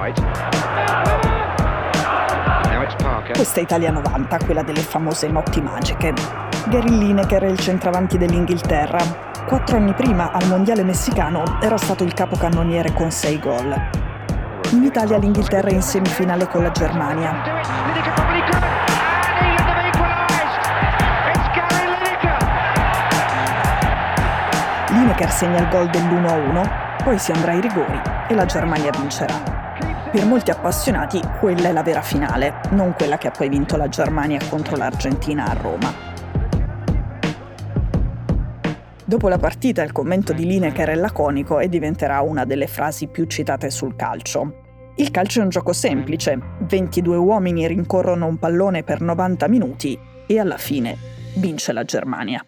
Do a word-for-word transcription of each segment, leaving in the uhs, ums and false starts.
Questa è Italia novanta, quella delle famose notti magiche. Gary Lineker è il centravanti dell'Inghilterra. Quattro anni prima, al mondiale messicano, era stato il capocannoniere con sei gol. In Italia l'Inghilterra è in semifinale con la Germania. Lineker segna il gol dell'uno a uno, poi si andrà ai rigori e la Germania vincerà. Per molti appassionati quella è la vera finale, non quella che ha poi vinto la Germania contro l'Argentina a Roma. Dopo la partita il commento di Lineker è laconico e diventerà una delle frasi più citate sul calcio. Il calcio è un gioco semplice, ventidue uomini rincorrono un pallone per novanta minuti e alla fine vince la Germania.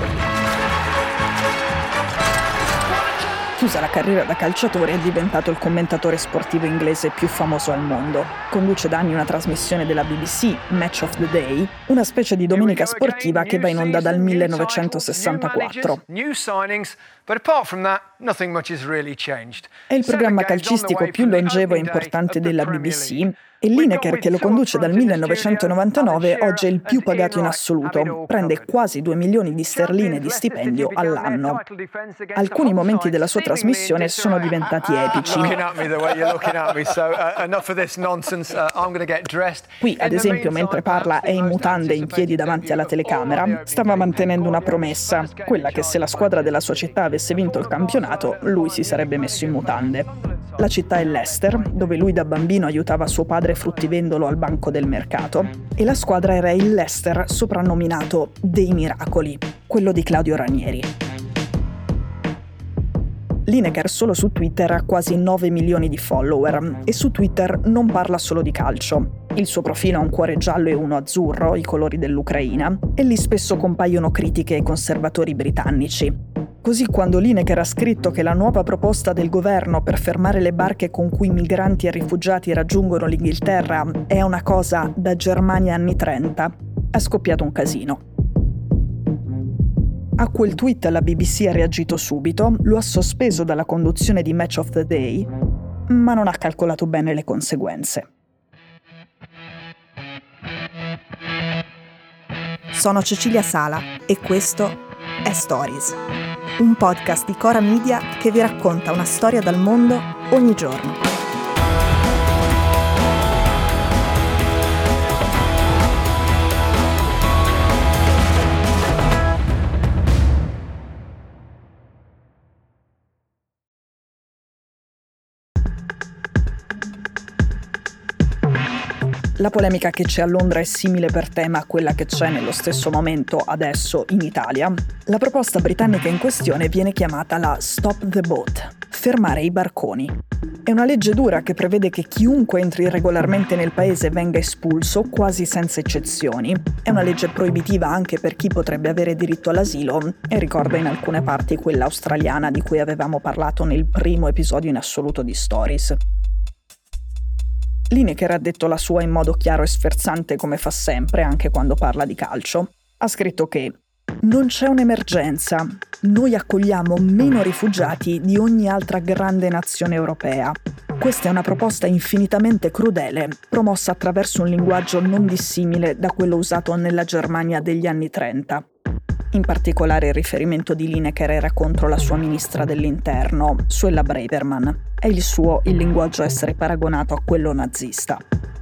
Chiusa la carriera da calciatore, è diventato il commentatore sportivo inglese più famoso al mondo. Conduce da anni una trasmissione della B B C, Match of the Day, una specie di domenica sportiva che va in onda dal millenovecentosessantaquattro. È il programma calcistico più longevo e importante della B B C e Lineker, che lo conduce dal millenovecentonovantanove, oggi è il più pagato in assoluto, prende quasi due milioni di sterline di stipendio all'anno. Alcuni momenti della sua trasmissione sono diventati epici. Qui, ad esempio, mentre parla è in mutande in piedi davanti alla telecamera, stava mantenendo una promessa, quella che se la squadra della sua città avesse vinto il campionato, lui si sarebbe messo in mutande. La città è Leicester, dove lui da bambino aiutava suo padre fruttivendolo al banco del mercato, e la squadra era il Leicester soprannominato dei miracoli, quello di Claudio Ranieri. Lineker solo su Twitter ha quasi nove milioni di follower e su Twitter non parla solo di calcio. Il suo profilo ha un cuore giallo e uno azzurro, i colori dell'Ucraina, e lì spesso compaiono critiche ai conservatori britannici. Così quando Lineker ha scritto che la nuova proposta del governo per fermare le barche con cui migranti e rifugiati raggiungono l'Inghilterra è una cosa da Germania anni trenta, è scoppiato un casino. A quel tweet la B B C ha reagito subito, lo ha sospeso dalla conduzione di Match of the Day, ma non ha calcolato bene le conseguenze. Sono Cecilia Sala e questo è Stories, un podcast di Cora Media che vi racconta una storia dal mondo ogni giorno. La polemica che c'è a Londra è simile per tema a quella che c'è nello stesso momento adesso in Italia. La proposta britannica in questione viene chiamata la Stop the Boat, fermare i barconi. È una legge dura che prevede che chiunque entri irregolarmente nel paese venga espulso, quasi senza eccezioni. È una legge proibitiva anche per chi potrebbe avere diritto all'asilo e ricorda in alcune parti quella australiana di cui avevamo parlato nel primo episodio in assoluto di Stories. Lineker ha detto la sua in modo chiaro e sferzante, come fa sempre, anche quando parla di calcio. Ha scritto che non c'è un'emergenza, noi accogliamo meno rifugiati di ogni altra grande nazione europea. Questa è una proposta infinitamente crudele, promossa attraverso un linguaggio non dissimile da quello usato nella Germania degli anni trenta. In particolare il riferimento di Lineker era contro la sua ministra dell'interno, Suella Braverman. È il suo il linguaggio a essere paragonato a quello nazista.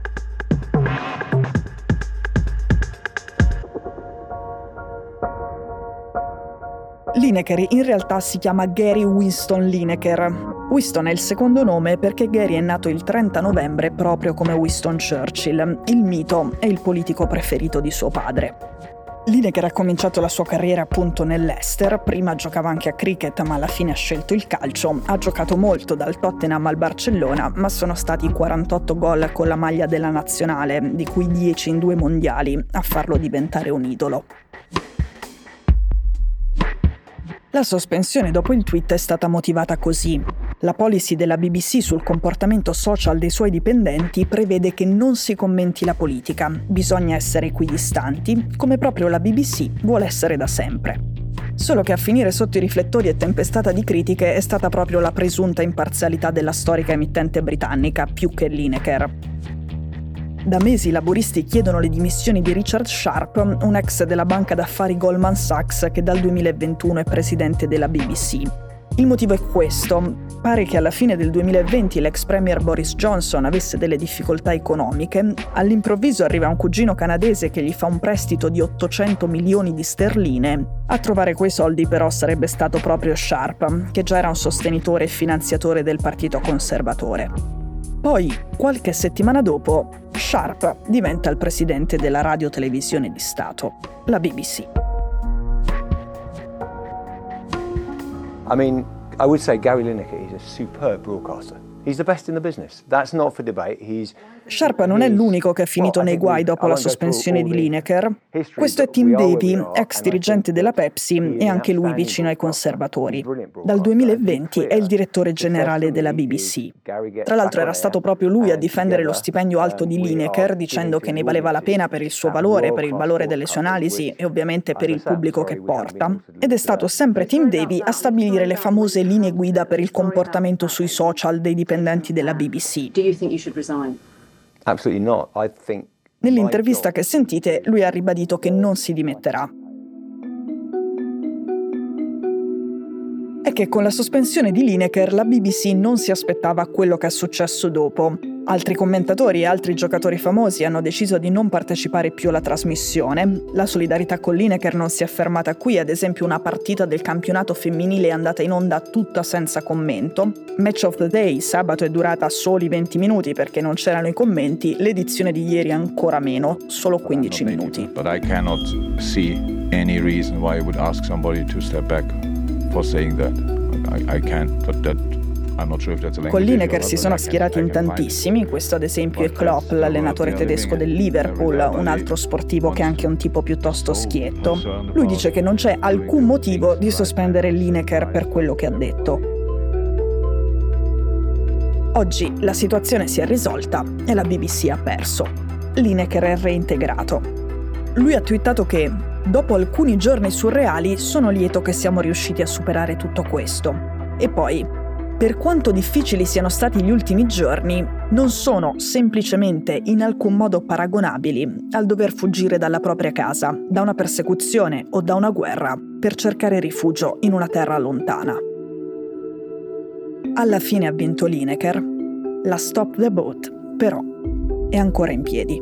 Lineker in realtà si chiama Gary Winston Lineker. Winston è il secondo nome perché Gary è nato il trenta novembre proprio come Winston Churchill, il mito e il politico preferito di suo padre. Lineker ha cominciato la sua carriera appunto nell'Leicester, prima giocava anche a cricket ma alla fine ha scelto il calcio, ha giocato molto dal Tottenham al Barcellona, ma sono stati quarantotto gol con la maglia della nazionale, di cui dieci in due mondiali, a farlo diventare un idolo. La sospensione dopo il tweet è stata motivata così. La policy della B B C sul comportamento social dei suoi dipendenti prevede che non si commenti la politica, bisogna essere equidistanti, come proprio la B B C vuole essere da sempre. Solo che a finire sotto i riflettori e tempestata di critiche è stata proprio la presunta imparzialità della storica emittente britannica, più che Lineker. Da mesi i laburisti chiedono le dimissioni di Richard Sharp, un ex della banca d'affari Goldman Sachs che dal duemilaventuno è presidente della B B C. Il motivo è questo. Pare che alla fine del duemilaventi l'ex premier Boris Johnson avesse delle difficoltà economiche. All'improvviso arriva un cugino canadese che gli fa un prestito di ottocento milioni di sterline. A trovare quei soldi però sarebbe stato proprio Sharp, che già era un sostenitore e finanziatore del partito conservatore. Poi, qualche settimana dopo, Sharp diventa il presidente della radiotelevisione di Stato, la B B C. I mean, I would say Gary Lineker is a superb broadcaster. He's the best in the business. That's not for debate. He's Sharp non è l'unico che è finito nei guai dopo la sospensione di Lineker. Questo è Tim Davie, ex dirigente della Pepsi e anche lui vicino ai conservatori. Dal duemilaventi è il direttore generale della B B C. Tra l'altro era stato proprio lui a difendere lo stipendio alto di Lineker, dicendo che ne valeva la pena per il suo valore, per il valore delle sue analisi e ovviamente per il pubblico che porta. Ed è stato sempre Tim Davie a stabilire le famose linee guida per il comportamento sui social dei dipendenti della B B C. Do you think you should resign? absolutely not. I think Nell'intervista che sentite, lui ha ribadito che non si dimetterà. È che con la sospensione di Lineker la B B C non si aspettava quello che è successo dopo. Altri commentatori e altri giocatori famosi hanno deciso di non partecipare più alla trasmissione. La solidarietà con Lineker non si è fermata qui, ad esempio una partita del campionato femminile è andata in onda tutta senza commento. Match of the Day sabato è durata soli venti minuti perché non c'erano i commenti, l'edizione di ieri ancora meno, solo quindici minuti. But I cannot see any reason why I would ask somebody to step back for saying that. I, I can't, but that Con Lineker si sono schierati in tantissimi, questo ad esempio è Klopp, l'allenatore tedesco del Liverpool, un altro sportivo che è anche un tipo piuttosto schietto. Lui dice che non c'è alcun motivo di sospendere Lineker per quello che ha detto. Oggi la situazione si è risolta e la B B C ha perso. Lineker è reintegrato. Lui ha twittato che dopo alcuni giorni surreali sono lieto che siamo riusciti a superare tutto questo. E poi, per quanto difficili siano stati gli ultimi giorni, non sono semplicemente in alcun modo paragonabili al dover fuggire dalla propria casa, da una persecuzione o da una guerra, per cercare rifugio in una terra lontana. Alla fine ha vinto Lineker. La Stop the Boat, però, è ancora in piedi.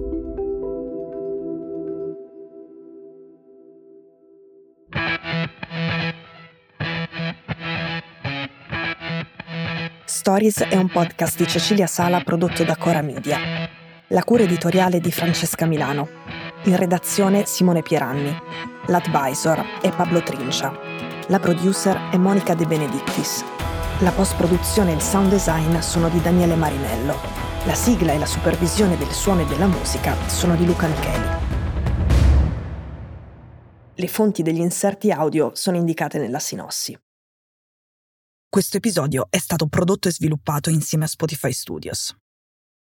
Stories è un podcast di Cecilia Sala prodotto da Cora Media. La cura editoriale di Francesca Milano. In redazione Simone Pieranni. L'advisor è Pablo Trincia. La producer è Monica De Benedictis. La post-produzione e il sound design sono di Daniele Marinello. La sigla e la supervisione del suono e della musica sono di Luca Micheli. Le fonti degli inserti audio sono indicate nella sinossi. Questo episodio è stato prodotto e sviluppato insieme a Spotify Studios.